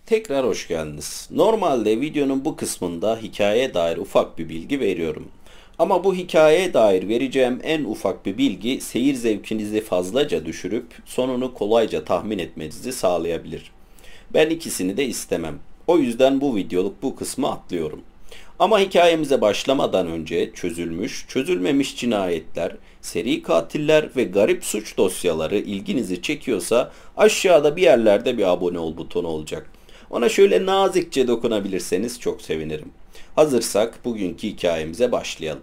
Tekrar hoş geldiniz. Normalde videonun bu kısmında hikayeye dair ufak bir bilgi veriyorum. Ama bu hikayeye dair vereceğim en ufak bir bilgi seyir zevkinizi fazlaca düşürüp sonunu kolayca tahmin etmenizi sağlayabilir. Ben ikisini de istemem. O yüzden bu videoluk bu kısmı atlıyorum. Ama hikayemize başlamadan önce çözülmüş, çözülmemiş cinayetler, seri katiller ve garip suç dosyaları ilginizi çekiyorsa aşağıda bir yerlerde bir abone ol butonu olacak. Ona şöyle nazikçe dokunabilirseniz çok sevinirim. Hazırsak bugünkü hikayemize başlayalım.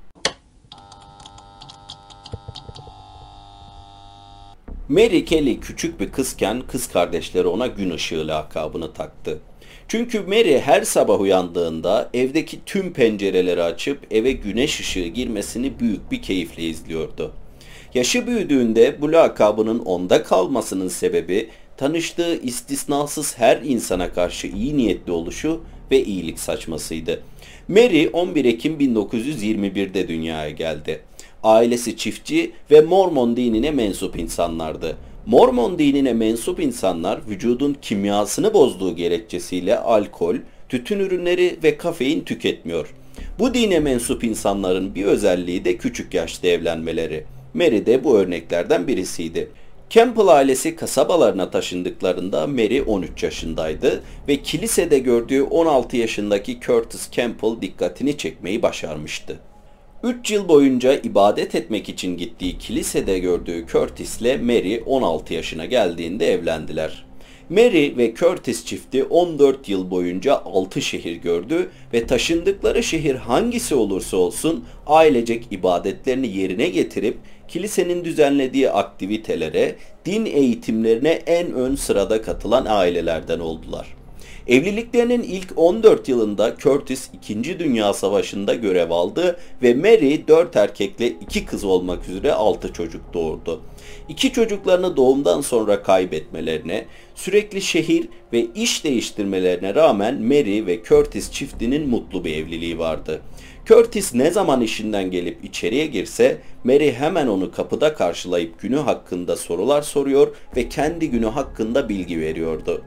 Mary Kelly küçük bir kızken kız kardeşleri ona gün ışığı lakabını taktı. Çünkü Mary her sabah uyandığında evdeki tüm pencereleri açıp eve güneş ışığı girmesini büyük bir keyifle izliyordu. Yaşı büyüdüğünde bu lakabının onda kalmasının sebebi tanıştığı istisnasız her insana karşı iyi niyetli oluşu ve iyilik saçmasıydı. Mary 11 Ekim 1921'de dünyaya geldi. Ailesi çiftçi ve Mormon dinine mensup insanlardı. Mormon dinine mensup insanlar vücudun kimyasını bozduğu gerekçesiyle alkol, tütün ürünleri ve kafein tüketmiyor. Bu dine mensup insanların bir özelliği de küçük yaşta evlenmeleri. Mary de bu örneklerden birisiydi. Campbell ailesi kasabalarına taşındıklarında Mary 13 yaşındaydı ve kilisede gördüğü 16 yaşındaki Curtis Campbell dikkatini çekmeyi başarmıştı. 3 yıl boyunca ibadet etmek için gittiği kilisede gördüğü Curtis ile Mary 16 yaşına geldiğinde evlendiler. Mary ve Curtis çifti 14 yıl boyunca 6 şehir gördü ve taşındıkları şehir hangisi olursa olsun ailecek ibadetlerini yerine getirip kilisenin düzenlediği aktivitelere, din eğitimlerine en ön sırada katılan ailelerden oldular. Evliliklerinin ilk 14 yılında Curtis 2. Dünya Savaşı'nda görev aldı ve Mary 4 erkekle 2 kız olmak üzere 6 çocuk doğurdu. İki çocuklarını doğumdan sonra kaybetmelerine, sürekli şehir ve iş değiştirmelerine rağmen Mary ve Curtis çiftinin mutlu bir evliliği vardı. Curtis ne zaman işinden gelip içeriye girse Mary hemen onu kapıda karşılayıp günü hakkında sorular soruyor ve kendi günü hakkında bilgi veriyordu.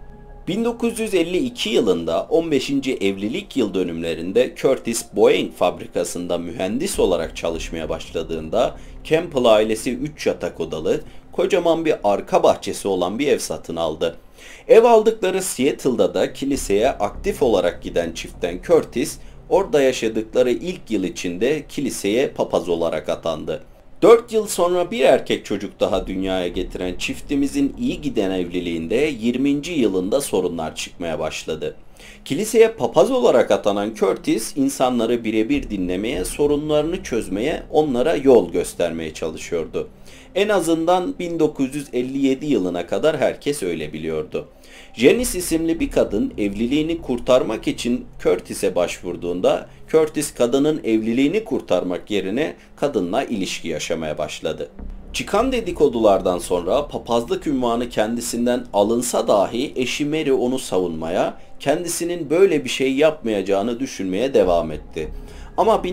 1952 yılında 15. evlilik yıl dönümlerinde Curtis Boeing fabrikasında mühendis olarak çalışmaya başladığında Campbell ailesi 3 yatak odalı, kocaman bir arka bahçesi olan bir ev satın aldı. Ev aldıkları Seattle'da da kiliseye aktif olarak giden çiftten Curtis, orada yaşadıkları ilk yıl içinde kiliseye papaz olarak atandı. 4 yıl sonra bir erkek çocuk daha dünyaya getiren çiftimizin iyi giden evliliğinde 20. yılında sorunlar çıkmaya başladı. Kiliseye papaz olarak atanan Curtis, insanları birebir dinlemeye, sorunlarını çözmeye, onlara yol göstermeye çalışıyordu. En azından 1957 yılına kadar herkes öyle biliyordu. Janice isimli bir kadın evliliğini kurtarmak için Curtis'e başvurduğunda Curtis kadının evliliğini kurtarmak yerine kadınla ilişki yaşamaya başladı. Çıkan dedikodulardan sonra papazlık ünvanı kendisinden alınsa dahi eşi Mary onu savunmaya, kendisinin böyle bir şey yapmayacağını düşünmeye devam etti. Ama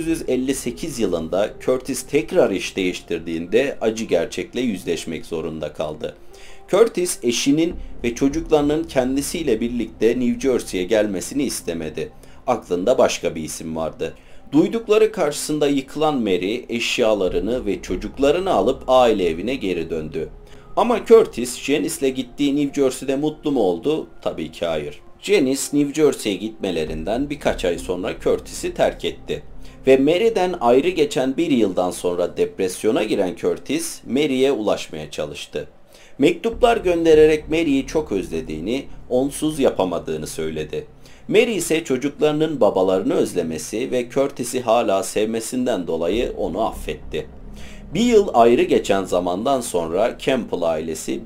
1958 yılında Curtis tekrar iş değiştirdiğinde acı gerçekle yüzleşmek zorunda kaldı. Curtis eşinin ve çocuklarının kendisiyle birlikte New Jersey'ye gelmesini istemedi. Aklında başka bir isim vardı. Duydukları karşısında yıkılan Mary eşyalarını ve çocuklarını alıp aile evine geri döndü. Ama Curtis, Janice'le gittiği New Jersey'de mutlu mu oldu? Tabii ki hayır. Janice, New Jersey'ye gitmelerinden birkaç ay sonra Curtis'i terk etti. Ve Mary'den ayrı geçen bir yıldan sonra depresyona giren Curtis, Mary'e ulaşmaya çalıştı. Mektuplar göndererek Mary'i çok özlediğini, onsuz yapamadığını söyledi. Mary ise çocuklarının babalarını özlemesi ve Curtis'i hala sevmesinden dolayı onu affetti. Bir yıl ayrı geçen zamandan sonra Campbell ailesi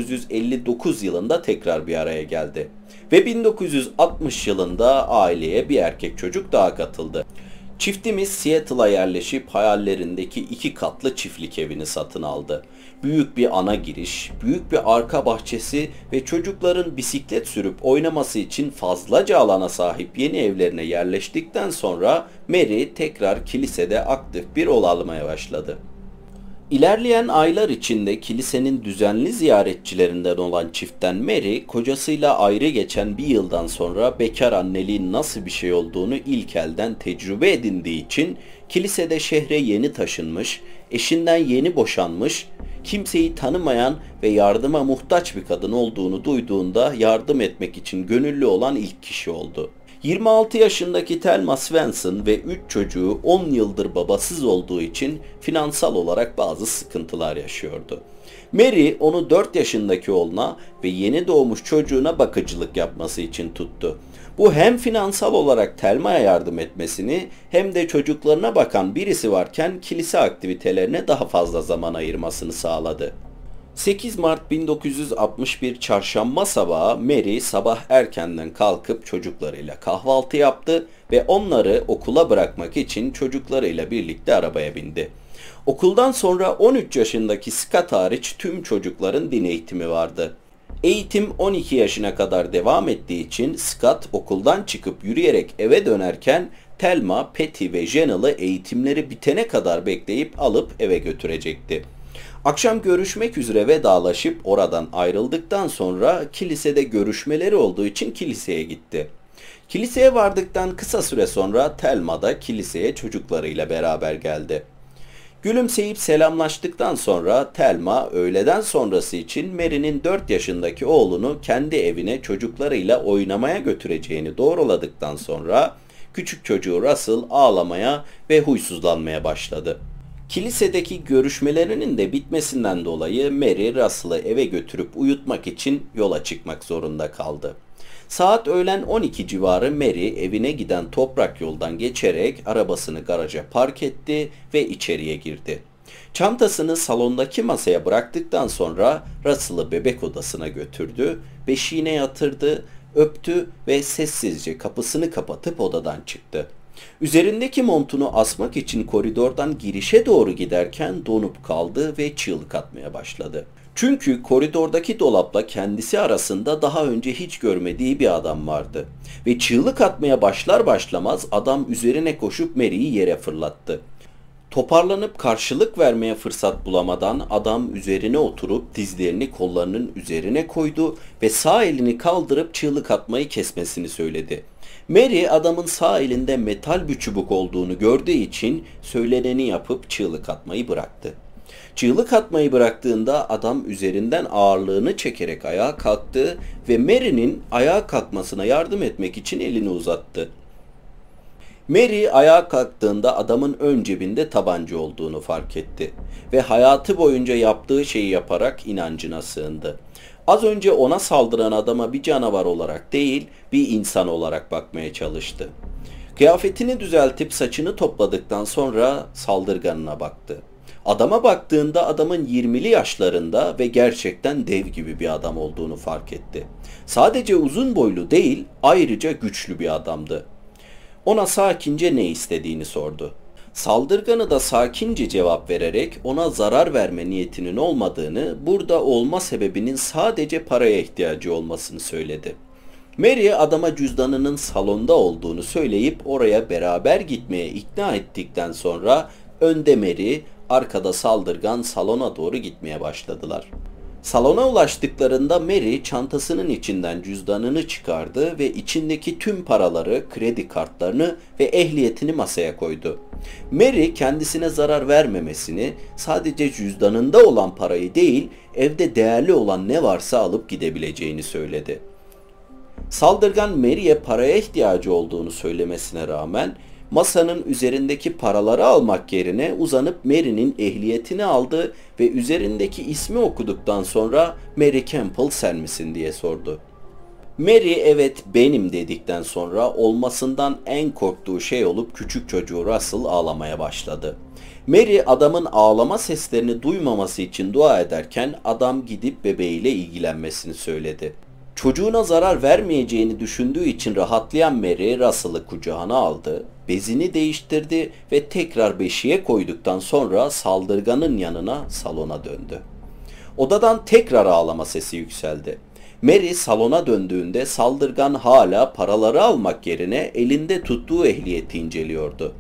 1959 yılında tekrar bir araya geldi. Ve 1960 yılında aileye bir erkek çocuk daha katıldı. Çiftimiz Seattle'a yerleşip hayallerindeki 2 katlı çiftlik evini satın aldı. Büyük bir ana giriş, büyük bir arka bahçesi ve çocukların bisiklet sürüp oynaması için fazlaca alana sahip yeni evlerine yerleştikten sonra Mary tekrar kilisede aktif bir rol almaya başladı. İlerleyen aylar içinde kilisenin düzenli ziyaretçilerinden olan çiftten Mary, kocasıyla ayrı geçen bir yıldan sonra bekar anneliğin nasıl bir şey olduğunu ilk elden tecrübe edindiği için kilisede şehre yeni taşınmış, eşinden yeni boşanmış, kimseyi tanımayan ve yardıma muhtaç bir kadın olduğunu duyduğunda yardım etmek için gönüllü olan ilk kişi oldu. 26 yaşındaki Thelma Svensson ve 3 çocuğu 10 yıldır babasız olduğu için finansal olarak bazı sıkıntılar yaşıyordu. Mary onu 4 yaşındaki oğluna ve yeni doğmuş çocuğuna bakıcılık yapması için tuttu. Bu hem finansal olarak Thelma'ya yardım etmesini hem de çocuklarına bakan birisi varken kilise aktivitelerine daha fazla zaman ayırmasını sağladı. 8 Mart 1961 çarşamba sabahı Mary sabah erkenden kalkıp çocuklarıyla kahvaltı yaptı ve onları okula bırakmak için çocuklarıyla birlikte arabaya bindi. Okuldan sonra 13 yaşındaki Scott hariç tüm çocukların din eğitimi vardı. Eğitim 12 yaşına kadar devam ettiği için Scott okuldan çıkıp yürüyerek eve dönerken Thelma, Patty ve Janel'ı eğitimleri bitene kadar bekleyip alıp eve götürecekti. Akşam görüşmek üzere vedalaşıp oradan ayrıldıktan sonra kilisede görüşmeleri olduğu için kiliseye gitti. Kiliseye vardıktan kısa süre sonra Thelma da kiliseye çocuklarıyla beraber geldi. Gülümseyip selamlaştıktan sonra Thelma öğleden sonrası için Mary'nin 4 yaşındaki oğlunu kendi evine çocuklarıyla oynamaya götüreceğini doğruladıktan sonra küçük çocuğu Russell ağlamaya ve huysuzlanmaya başladı. Kilisedeki görüşmelerinin de bitmesinden dolayı Mary Russell'ı eve götürüp uyutmak için yola çıkmak zorunda kaldı. Saat öğlen 12 civarı Mary evine giden toprak yoldan geçerek arabasını garaja park etti ve içeriye girdi. Çantasını salondaki masaya bıraktıktan sonra Russell'ı bebek odasına götürdü, beşiğine yatırdı, öptü ve sessizce kapısını kapatıp odadan çıktı. Üzerindeki montunu asmak için koridordan girişe doğru giderken donup kaldı ve çığlık atmaya başladı. Çünkü koridordaki dolapla kendisi arasında daha önce hiç görmediği bir adam vardı. Ve çığlık atmaya başlar başlamaz adam üzerine koşup Mary'i yere fırlattı. Toparlanıp karşılık vermeye fırsat bulamadan adam üzerine oturup dizlerini kollarının üzerine koydu ve sağ elini kaldırıp çığlık atmayı kesmesini söyledi. Mary adamın sağ elinde metal bir çubuk olduğunu gördüğü için söyleneni yapıp çığlık atmayı bıraktı. Çığlık atmayı bıraktığında adam üzerinden ağırlığını çekerek ayağa kalktı ve Mary'nin ayağa kalkmasına yardım etmek için elini uzattı. Mary ayağa kalktığında adamın ön cebinde tabanca olduğunu fark etti ve hayatı boyunca yaptığı şeyi yaparak inancına sığındı. Az önce ona saldıran adama bir canavar olarak değil, bir insan olarak bakmaya çalıştı. Kıyafetini düzeltip saçını topladıktan sonra saldırganına baktı. Adama baktığında adamın 20'li yaşlarında ve gerçekten dev gibi bir adam olduğunu fark etti. Sadece uzun boylu değil, ayrıca güçlü bir adamdı. Ona sakince ne istediğini sordu. Saldırganı da sakince cevap vererek ona zarar verme niyetinin olmadığını, burada olma sebebinin sadece paraya ihtiyacı olmasını söyledi. Mary adama cüzdanının salonda olduğunu söyleyip oraya beraber gitmeye ikna ettikten sonra önde Mary, arkada saldırgan salona doğru gitmeye başladılar. Salona ulaştıklarında Mary çantasının içinden cüzdanını çıkardı ve içindeki tüm paraları, kredi kartlarını ve ehliyetini masaya koydu. Mary kendisine zarar vermemesini, sadece cüzdanında olan parayı değil, evde değerli olan ne varsa alıp gidebileceğini söyledi. Saldırgan Mary'e paraya ihtiyacı olduğunu söylemesine rağmen masanın üzerindeki paraları almak yerine uzanıp Mary'nin ehliyetini aldı ve üzerindeki ismi okuduktan sonra "Mary Campbell sen misin?" diye sordu. Mary evet benim dedikten sonra olmasından en korktuğu şey olup küçük çocuğu Russell ağlamaya başladı. Mary adamın ağlama seslerini duymaması için dua ederken adam gidip bebeğiyle ilgilenmesini söyledi. Çocuğuna zarar vermeyeceğini düşündüğü için rahatlayan Mary Russell'ı kucağına aldı, bezini değiştirdi ve tekrar beşiğe koyduktan sonra saldırganın yanına salona döndü. Odadan tekrar ağlama sesi yükseldi. Mary salona döndüğünde saldırgan hala paraları almak yerine elinde tuttuğu ehliyeti inceliyordu.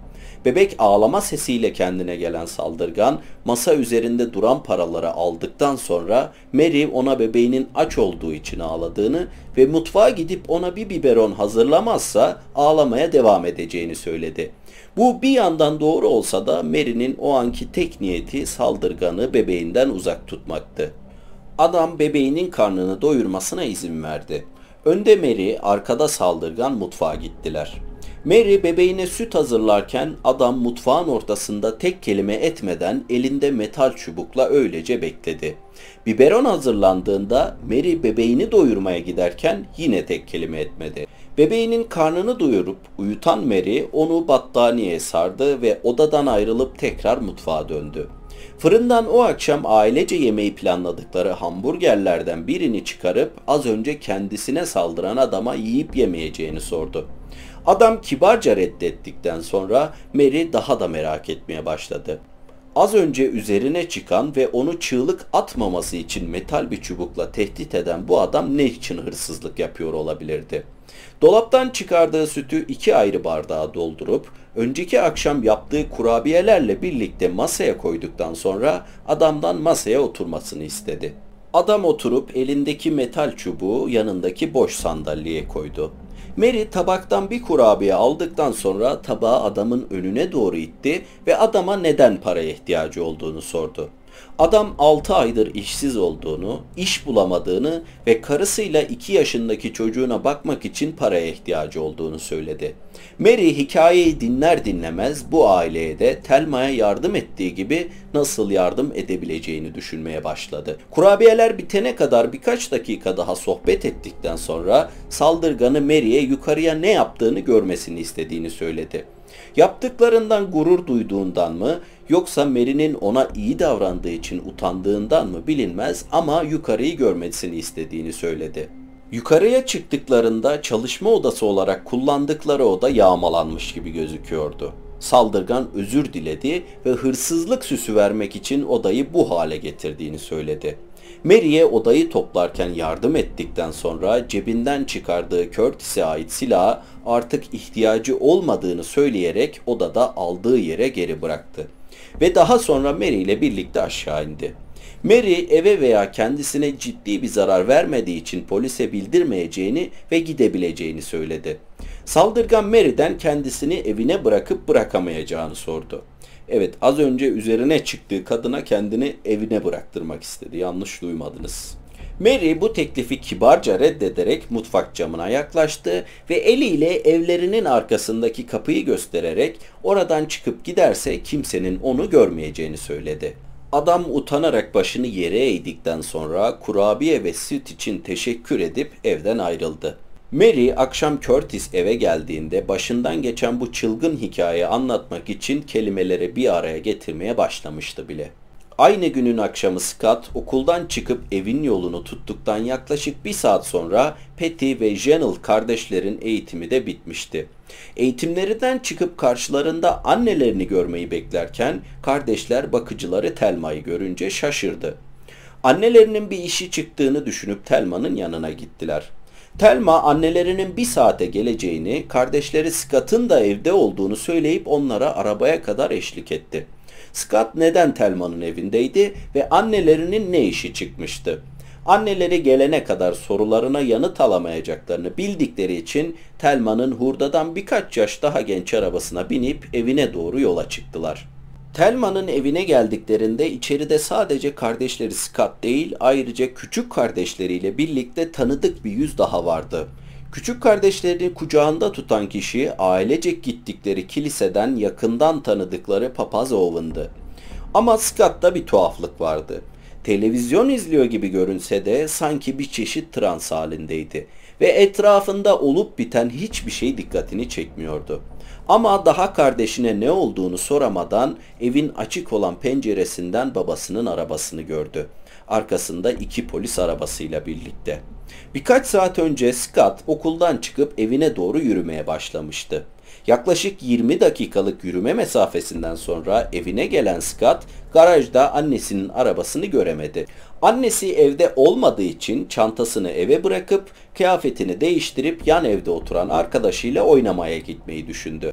Bebek ağlama sesiyle kendine gelen saldırgan, masa üzerinde duran paraları aldıktan sonra Mary ona bebeğinin aç olduğu için ağladığını ve mutfağa gidip ona bir biberon hazırlamazsa ağlamaya devam edeceğini söyledi. Bu bir yandan doğru olsa da Mary'nin o anki tek niyeti saldırganı bebeğinden uzak tutmaktı. Adam bebeğinin karnını doyurmasına izin verdi. Önde Mary, arkada saldırgan mutfağa gittiler. Mary bebeğine süt hazırlarken adam mutfağın ortasında tek kelime etmeden elinde metal çubukla öylece bekledi. Biberon hazırlandığında Mary bebeğini doyurmaya giderken yine tek kelime etmedi. Bebeğinin karnını doyurup uyutan Mary onu battaniyeye sardı ve odadan ayrılıp tekrar mutfağa döndü. Fırından o akşam ailece yemeği planladıkları hamburgerlerden birini çıkarıp az önce kendisine saldıran adama yiyip yemeyeceğini sordu. Adam kibarca reddettikten sonra Mary daha da merak etmeye başladı. Az önce üzerine çıkan ve onu çığlık atmaması için metal bir çubukla tehdit eden bu adam ne için hırsızlık yapıyor olabilirdi? Dolaptan çıkardığı sütü 2 ayrı bardağa doldurup önceki akşam yaptığı kurabiyelerle birlikte masaya koyduktan sonra adamdan masaya oturmasını istedi. Adam oturup elindeki metal çubuğu yanındaki boş sandalyeye koydu. Mary tabaktan bir kurabiye aldıktan sonra tabağı adamın önüne doğru itti ve adama neden paraya ihtiyacı olduğunu sordu. Adam 6 aydır işsiz olduğunu, iş bulamadığını ve karısıyla 2 yaşındaki çocuğuna bakmak için paraya ihtiyacı olduğunu söyledi. Mary hikayeyi dinler dinlemez bu aileye de Thelma'ya yardım ettiği gibi nasıl yardım edebileceğini düşünmeye başladı. Kurabiyeler bitene kadar birkaç dakika daha sohbet ettikten sonra saldırganı Mary'e yukarıya ne yaptığını görmesini istediğini söyledi. Yaptıklarından gurur duyduğundan mı yoksa Mary'nin ona iyi davrandığı için utandığından mı bilinmez ama yukarıyı görmesini istediğini söyledi. Yukarıya çıktıklarında çalışma odası olarak kullandıkları oda yağmalanmış gibi gözüküyordu. Saldırgan özür diledi ve hırsızlık süsü vermek için odayı bu hale getirdiğini söyledi. Mary'e odayı toplarken yardım ettikten sonra cebinden çıkardığı Curtis'e ait silahı artık ihtiyacı olmadığını söyleyerek odada aldığı yere geri bıraktı. Ve daha sonra Mary ile birlikte aşağı indi. Mary eve veya kendisine ciddi bir zarar vermediği için polise bildirmeyeceğini ve gidebileceğini söyledi. Saldırgan Mary'den kendisini evine bırakıp bırakamayacağını sordu. Evet, az önce üzerine çıktığı kadına kendini evine bıraktırmak istedi. Yanlış duymadınız. Mary bu teklifi kibarca reddederek mutfak camına yaklaştı ve eliyle evlerinin arkasındaki kapıyı göstererek oradan çıkıp giderse kimsenin onu görmeyeceğini söyledi. Adam utanarak başını yere eğdikten sonra kurabiye ve süt için teşekkür edip evden ayrıldı. Mary akşam Curtis eve geldiğinde başından geçen bu çılgın hikayeyi anlatmak için kelimeleri bir araya getirmeye başlamıştı bile. Aynı günün akşamı Scott okuldan çıkıp evin yolunu tuttuktan yaklaşık 1 saat sonra Patty ve Janelle kardeşlerin eğitimi de bitmişti. Eğitimlerinden çıkıp karşılarında annelerini görmeyi beklerken kardeşler bakıcıları Thelma'yı görünce şaşırdı. Annelerinin bir işi çıktığını düşünüp Thelma'nın yanına gittiler. Thelma annelerinin 1 saate geleceğini, kardeşleri Scott'ın da evde olduğunu söyleyip onlara arabaya kadar eşlik etti. Scott neden Thelma'nın evindeydi ve annelerinin ne işi çıkmıştı? Anneleri gelene kadar sorularına yanıt alamayacaklarını bildikleri için Thelma'nın hurdadan birkaç yaş daha genç arabasına binip evine doğru yola çıktılar. Thelma'nın evine geldiklerinde içeride sadece kardeşleri Scott değil, ayrıca küçük kardeşleriyle birlikte tanıdık bir yüz daha vardı. Küçük kardeşlerini kucağında tutan kişi ailecek gittikleri kiliseden yakından tanıdıkları papaz Owen'dı. Ama Scott'ta bir tuhaflık vardı. Televizyon izliyor gibi görünse de sanki bir çeşit trans halindeydi ve etrafında olup biten hiçbir şey dikkatini çekmiyordu. Ama daha kardeşine ne olduğunu soramadan evin açık olan penceresinden babasının arabasını gördü. Arkasında 2 polis arabasıyla birlikte. Birkaç saat önce Scott okuldan çıkıp evine doğru yürümeye başlamıştı. Yaklaşık 20 dakikalık yürüme mesafesinden sonra evine gelen Scott garajda annesinin arabasını göremedi. Annesi evde olmadığı için çantasını eve bırakıp kıyafetini değiştirip yan evde oturan arkadaşıyla oynamaya gitmeyi düşündü.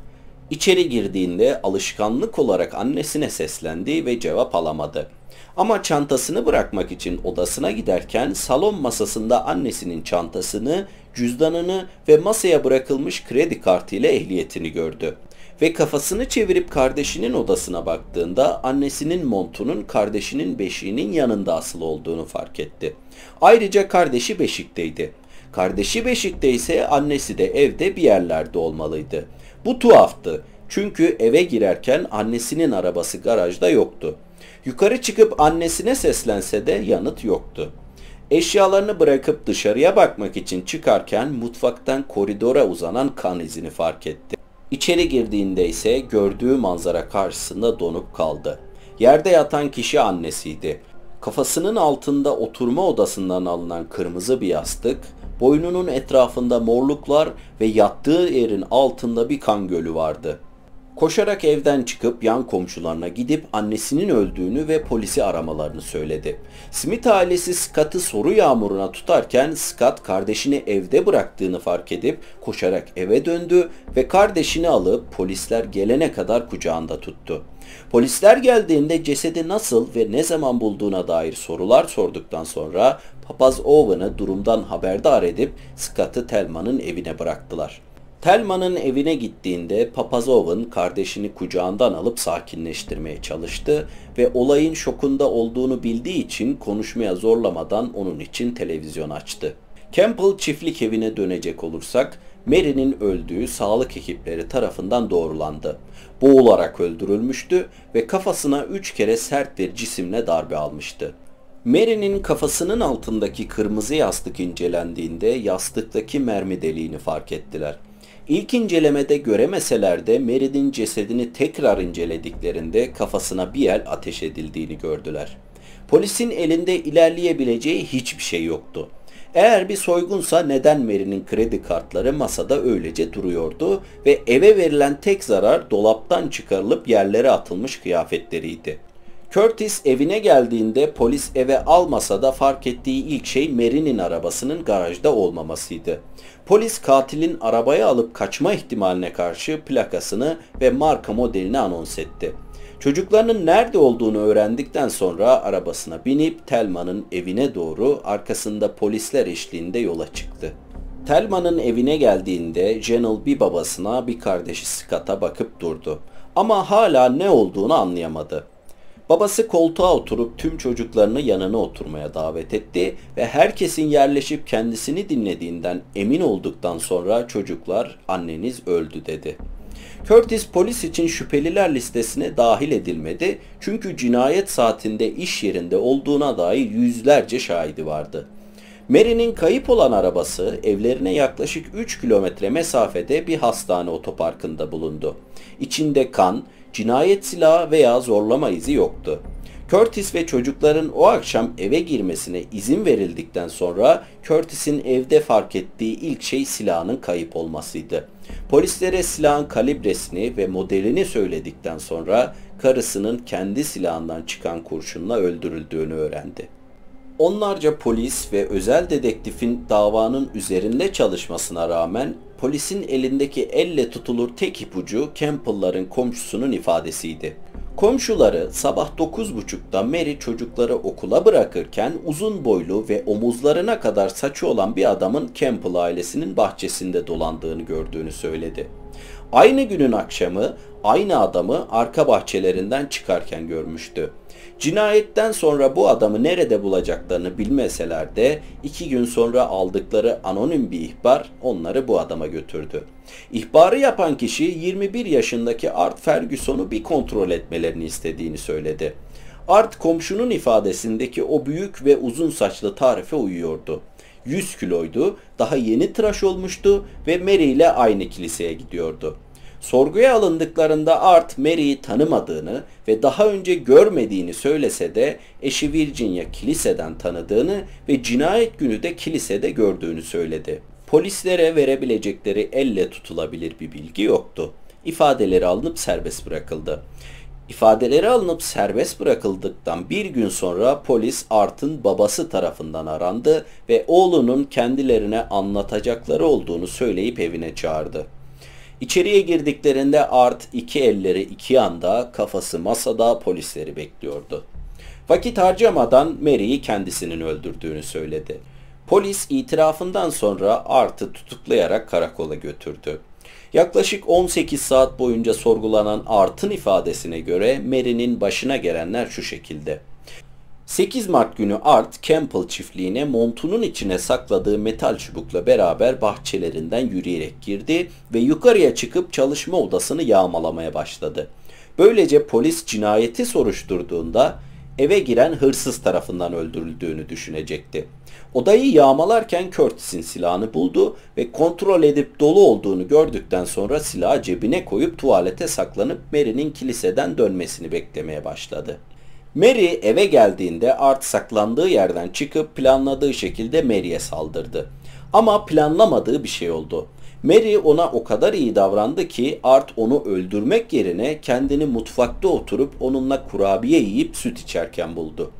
İçeri girdiğinde alışkanlık olarak annesine seslendi ve cevap alamadı. Ama çantasını bırakmak için odasına giderken salon masasında annesinin çantasını, cüzdanını ve masaya bırakılmış kredi kartı ile ehliyetini gördü. Ve kafasını çevirip kardeşinin odasına baktığında annesinin montunun kardeşinin beşiğinin yanında asılı olduğunu fark etti. Ayrıca kardeşi beşikteydi. Kardeşi beşikte ise annesi de evde bir yerlerde olmalıydı. Bu tuhaftı. Çünkü eve girerken annesinin arabası garajda yoktu. Yukarı çıkıp annesine seslense de yanıt yoktu. Eşyalarını bırakıp dışarıya bakmak için çıkarken mutfaktan koridora uzanan kan izini fark etti. İçeri girdiğinde ise gördüğü manzara karşısında donup kaldı. Yerde yatan kişi annesiydi. Kafasının altında oturma odasından alınan kırmızı bir yastık, boynunun etrafında morluklar ve yattığı yerin altında bir kan gölü vardı. Koşarak evden çıkıp yan komşularına gidip annesinin öldüğünü ve polisi aramalarını söyledi. Smith ailesi Scott'ı soru yağmuruna tutarken Scott kardeşini evde bıraktığını fark edip koşarak eve döndü ve kardeşini alıp polisler gelene kadar kucağında tuttu. Polisler geldiğinde cesedi nasıl ve ne zaman bulduğuna dair sorular sorduktan sonra papaz Owen'ı durumdan haberdar edip Scott'ı Thelma'nın evine bıraktılar. Thelma'nın evine gittiğinde papaz Owen kardeşini kucağından alıp sakinleştirmeye çalıştı ve olayın şokunda olduğunu bildiği için konuşmaya zorlamadan onun için televizyon açtı. Campbell çiftlik evine dönecek olursak, Mary'nin öldüğü sağlık ekipleri tarafından doğrulandı. Boğularak öldürülmüştü ve kafasına 3 kere sert bir cisimle darbe almıştı. Mary'nin kafasının altındaki kırmızı yastık incelendiğinde yastıktaki mermi deliğini fark ettiler. İlk incelemede göremeseler de Mary'nin cesedini tekrar incelediklerinde kafasına bir el ateş edildiğini gördüler. Polisin elinde ilerleyebileceği hiçbir şey yoktu. Eğer bir soygunsa neden Mary'nin kredi kartları masada öylece duruyordu ve eve verilen tek zarar dolaptan çıkarılıp yerlere atılmış kıyafetleriydi. Curtis evine geldiğinde polis eve almasa da fark ettiği ilk şey Mary'nin arabasının garajda olmamasıydı. Polis katilin arabaya alıp kaçma ihtimaline karşı plakasını ve marka modelini anons etti. Çocuklarının nerede olduğunu öğrendikten sonra arabasına binip Thelma'nın evine doğru arkasında polisler eşliğinde yola çıktı. Thelma'nın evine geldiğinde Janelle bir babasına bir kardeşi Scott'a bakıp durdu. Ama hala ne olduğunu anlayamadı. Babası koltuğa oturup tüm çocuklarını yanına oturmaya davet etti ve herkesin yerleşip kendisini dinlediğinden emin olduktan sonra çocuklar anneniz öldü dedi. Curtis polis için şüpheliler listesine dahil edilmedi çünkü cinayet saatinde iş yerinde olduğuna dair yüzlerce şahidi vardı. Mary'nin kayıp olan arabası evlerine yaklaşık 3 kilometre mesafede bir hastane otoparkında bulundu. İçinde kan, cinayet silahı veya zorlama izi yoktu. Curtis ve çocukların o akşam eve girmesine izin verildikten sonra Curtis'in evde fark ettiği ilk şey silahının kayıp olmasıydı. Polislere silahın kalibresini ve modelini söyledikten sonra karısının kendi silahından çıkan kurşunla öldürüldüğünü öğrendi. Onlarca polis ve özel dedektifin davanın üzerinde çalışmasına rağmen polisin elindeki elle tutulur tek ipucu Campbell'ların komşusunun ifadesiydi. Komşuları sabah 9.30'da Mary çocukları okula bırakırken uzun boylu ve omuzlarına kadar saçı olan bir adamın Campbell ailesinin bahçesinde dolandığını gördüğünü söyledi. Aynı günün akşamı aynı adamı arka bahçelerinden çıkarken görmüştü. Cinayetten sonra bu adamı nerede bulacaklarını bilmeseler de 2 gün sonra aldıkları anonim bir ihbar onları bu adama götürdü. İhbarı yapan kişi 21 yaşındaki Art Ferguson'u bir kontrol etmelerini istediğini söyledi. Art komşunun ifadesindeki o büyük ve uzun saçlı tarife uyuyordu. 100 kiloydu, daha yeni tıraş olmuştu ve Mary ile aynı kiliseye gidiyordu. Sorguya alındıklarında Art Mary'i tanımadığını ve daha önce görmediğini söylese de eşi Virginia kiliseden tanıdığını ve cinayet günü de kilisede gördüğünü söyledi. Polislere verebilecekleri elle tutulabilir bir bilgi yoktu. İfadeleri alınıp serbest bırakıldı. İfadeleri alınıp serbest bırakıldıktan bir gün sonra polis Art'ın babası tarafından arandı ve oğlunun kendilerine anlatacakları olduğunu söyleyip evine çağırdı. İçeriye girdiklerinde Art iki elleri iki yanda, kafası masada polisleri bekliyordu. Vakit harcamadan Mary'i kendisinin öldürdüğünü söyledi. Polis itirafından sonra Art'ı tutuklayarak karakola götürdü. Yaklaşık 18 saat boyunca sorgulanan Art'ın ifadesine göre Mary'nin başına gelenler şu şekilde. 8 Mart günü Art, Campbell çiftliğine montunun içine sakladığı metal çubukla beraber bahçelerinden yürüyerek girdi ve yukarıya çıkıp çalışma odasını yağmalamaya başladı. Böylece polis cinayeti soruşturduğunda eve giren hırsız tarafından öldürüldüğünü düşünecekti. Odayı yağmalarken Curtis'in silahını buldu ve kontrol edip dolu olduğunu gördükten sonra silahı cebine koyup tuvalete saklanıp Mary'nin kiliseden dönmesini beklemeye başladı. Mary eve geldiğinde Art saklandığı yerden çıkıp planladığı şekilde Mary'e saldırdı. Ama planlamadığı bir şey oldu. Mary ona o kadar iyi davrandı ki Art onu öldürmek yerine kendini mutfakta oturup onunla kurabiye yiyip süt içerken buldu.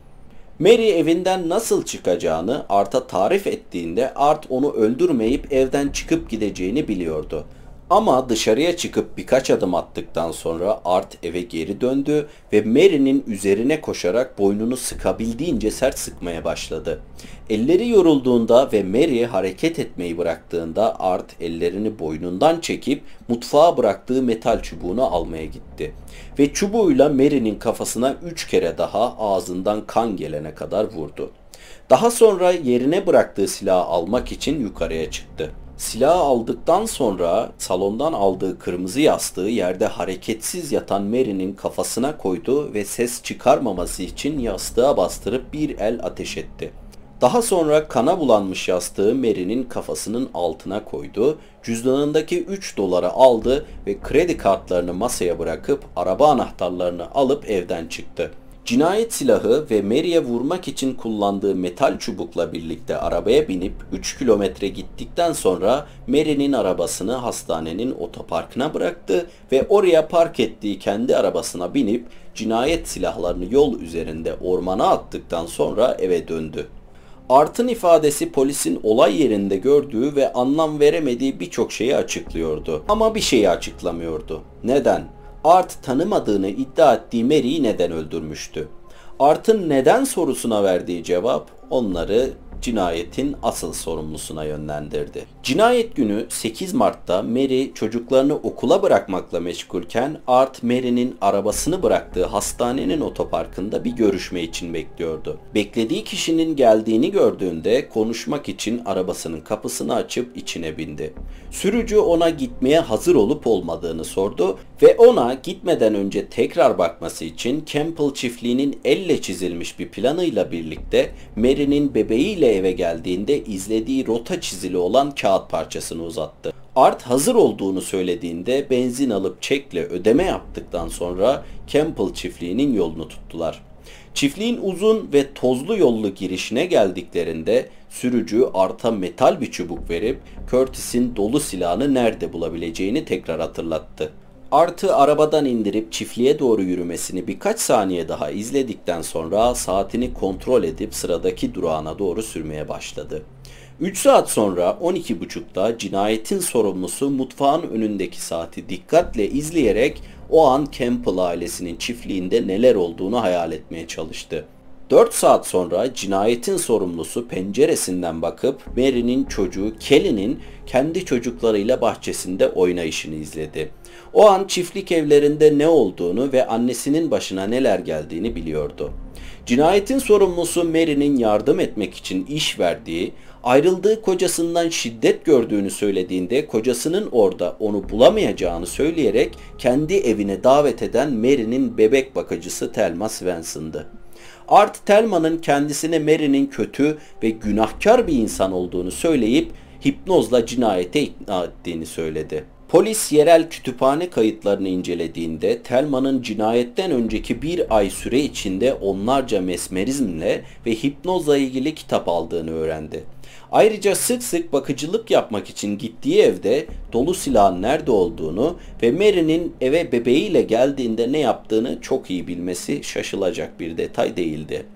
Mary evinden nasıl çıkacağını Art'a tarif ettiğinde Art onu öldürmeyip evden çıkıp gideceğini biliyordu. Ama dışarıya çıkıp birkaç adım attıktan sonra Art eve geri döndü ve Mary'nin üzerine koşarak boynunu sıkabildiğince sert sıkmaya başladı. Elleri yorulduğunda ve Mary hareket etmeyi bıraktığında Art ellerini boynundan çekip mutfağa bıraktığı metal çubuğunu almaya gitti. Ve çubuğuyla Mary'nin kafasına 3 kere daha ağzından kan gelene kadar vurdu. Daha sonra yerine bıraktığı silahı almak için yukarıya çıktı. Silahı aldıktan sonra salondan aldığı kırmızı yastığı yerde hareketsiz yatan Mary'nin kafasına koydu ve ses çıkarmaması için yastığa bastırıp bir el ateş etti. Daha sonra kana bulanmış yastığı Mary'nin kafasının altına koydu, cüzdanındaki 3 doları aldı ve kredi kartlarını masaya bırakıp araba anahtarlarını alıp evden çıktı. Cinayet silahı ve Mary'e vurmak için kullandığı metal çubukla birlikte arabaya binip 3 kilometre gittikten sonra Mary'nin arabasını hastanenin otoparkına bıraktı ve oraya park ettiği kendi arabasına binip cinayet silahlarını yol üzerinde ormana attıktan sonra eve döndü. Art'ın ifadesi polisin olay yerinde gördüğü ve anlam veremediği birçok şeyi açıklıyordu. Ama bir şeyi açıklamıyordu. Neden? Art tanımadığını iddia ettiği Mary'i neden öldürmüştü? Art'ın neden sorusuna verdiği cevap onları cinayetin asıl sorumlusuna yönlendirdi. Cinayet günü 8 Mart'ta Mary çocuklarını okula bırakmakla meşgulken Art Mary'nin arabasını bıraktığı hastanenin otoparkında bir görüşme için bekliyordu. Beklediği kişinin geldiğini gördüğünde konuşmak için arabasının kapısını açıp içine bindi. Sürücü ona gitmeye hazır olup olmadığını sordu ve ona gitmeden önce tekrar bakması için Campbell çiftliğinin elle çizilmiş bir planıyla birlikte Mary'nin bebeğiyle eve geldiğinde izlediği rota çizili olan kağıt parçasını uzattı. Art hazır olduğunu söylediğinde benzin alıp çekle ödeme yaptıktan sonra Campbell çiftliğinin yolunu tuttular. Çiftliğin uzun ve tozlu yollu girişine geldiklerinde sürücü Art'a metal bir çubuk verip Curtis'in dolu silahını nerede bulabileceğini tekrar hatırlattı. Art'ı arabadan indirip çiftliğe doğru yürümesini birkaç saniye daha izledikten sonra saatini kontrol edip sıradaki durağına doğru sürmeye başladı. 3 saat sonra 12.30'da cinayetin sorumlusu mutfağın önündeki saati dikkatle izleyerek o an Campbell ailesinin çiftliğinde neler olduğunu hayal etmeye çalıştı. 4 saat sonra cinayetin sorumlusu penceresinden bakıp Mary'nin çocuğu Kelly'nin kendi çocuklarıyla bahçesinde oynayışını izledi. O an çiftlik evlerinde ne olduğunu ve annesinin başına neler geldiğini biliyordu. Cinayetin sorumlusu Mary'nin yardım etmek için iş verdiği, ayrıldığı kocasından şiddet gördüğünü söylediğinde kocasının orada onu bulamayacağını söyleyerek kendi evine davet eden Mary'nin bebek bakıcısı Thelma Swanson'dı. Art, Thelma'nın kendisine Mary'nin kötü ve günahkar bir insan olduğunu söyleyip hipnozla cinayete ikna ettiğini söyledi. Polis yerel kütüphane kayıtlarını incelediğinde Thelma'nın cinayetten önceki bir ay süre içinde onlarca mesmerizmle ve hipnozla ilgili kitap aldığını öğrendi. Ayrıca sık sık bakıcılık yapmak için gittiği evde dolu silahın nerede olduğunu ve Mary'nin eve bebeğiyle geldiğinde ne yaptığını çok iyi bilmesi şaşılacak bir detay değildi.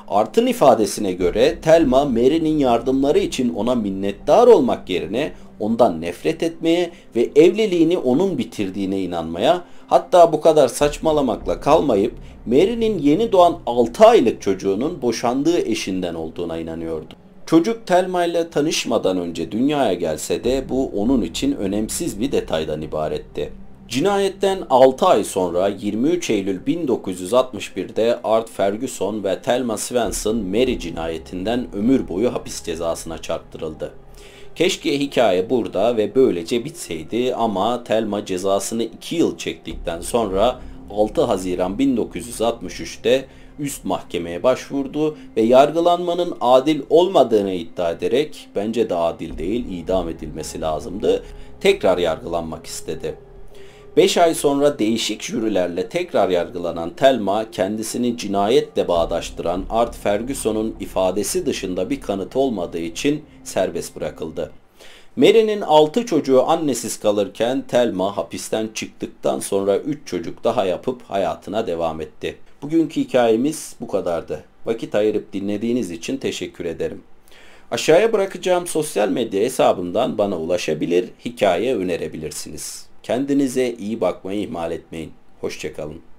Art'ın ifadesine göre Thelma, Mary'nin yardımları için ona minnettar olmak yerine ondan nefret etmeye ve evliliğini onun bitirdiğine inanmaya, hatta bu kadar saçmalamakla kalmayıp Mary'nin yeni doğan 6 aylık çocuğunun boşandığı eşinden olduğuna inanıyordu. Çocuk Thelma ile tanışmadan önce dünyaya gelse de bu onun için önemsiz bir detaydan ibaretti. Cinayetten 6 ay sonra 23 Eylül 1961'de Art Ferguson ve Thelma Swenson Mary cinayetinden ömür boyu hapis cezasına çarptırıldı. Keşke hikaye burada ve böylece bitseydi ama Thelma cezasını 2 yıl çektikten sonra 6 Haziran 1963'te üst mahkemeye başvurdu ve yargılanmanın adil olmadığını iddia ederek, bence de adil değil, idam edilmesi lazımdı, tekrar yargılanmak istedi. 5 ay sonra değişik jürilerle tekrar yargılanan Thelma, kendisini cinayetle bağdaştıran Art Ferguson'un ifadesi dışında bir kanıt olmadığı için serbest bırakıldı. Mary'nin 6 çocuğu annesiz kalırken Thelma hapisten çıktıktan sonra 3 çocuk daha yapıp hayatına devam etti. Bugünkü hikayemiz bu kadardı. Vakit ayırıp dinlediğiniz için teşekkür ederim. Aşağıya bırakacağım sosyal medya hesabımdan bana ulaşabilir, hikaye önerebilirsiniz. Kendinize iyi bakmayı ihmal etmeyin. Hoşça kalın.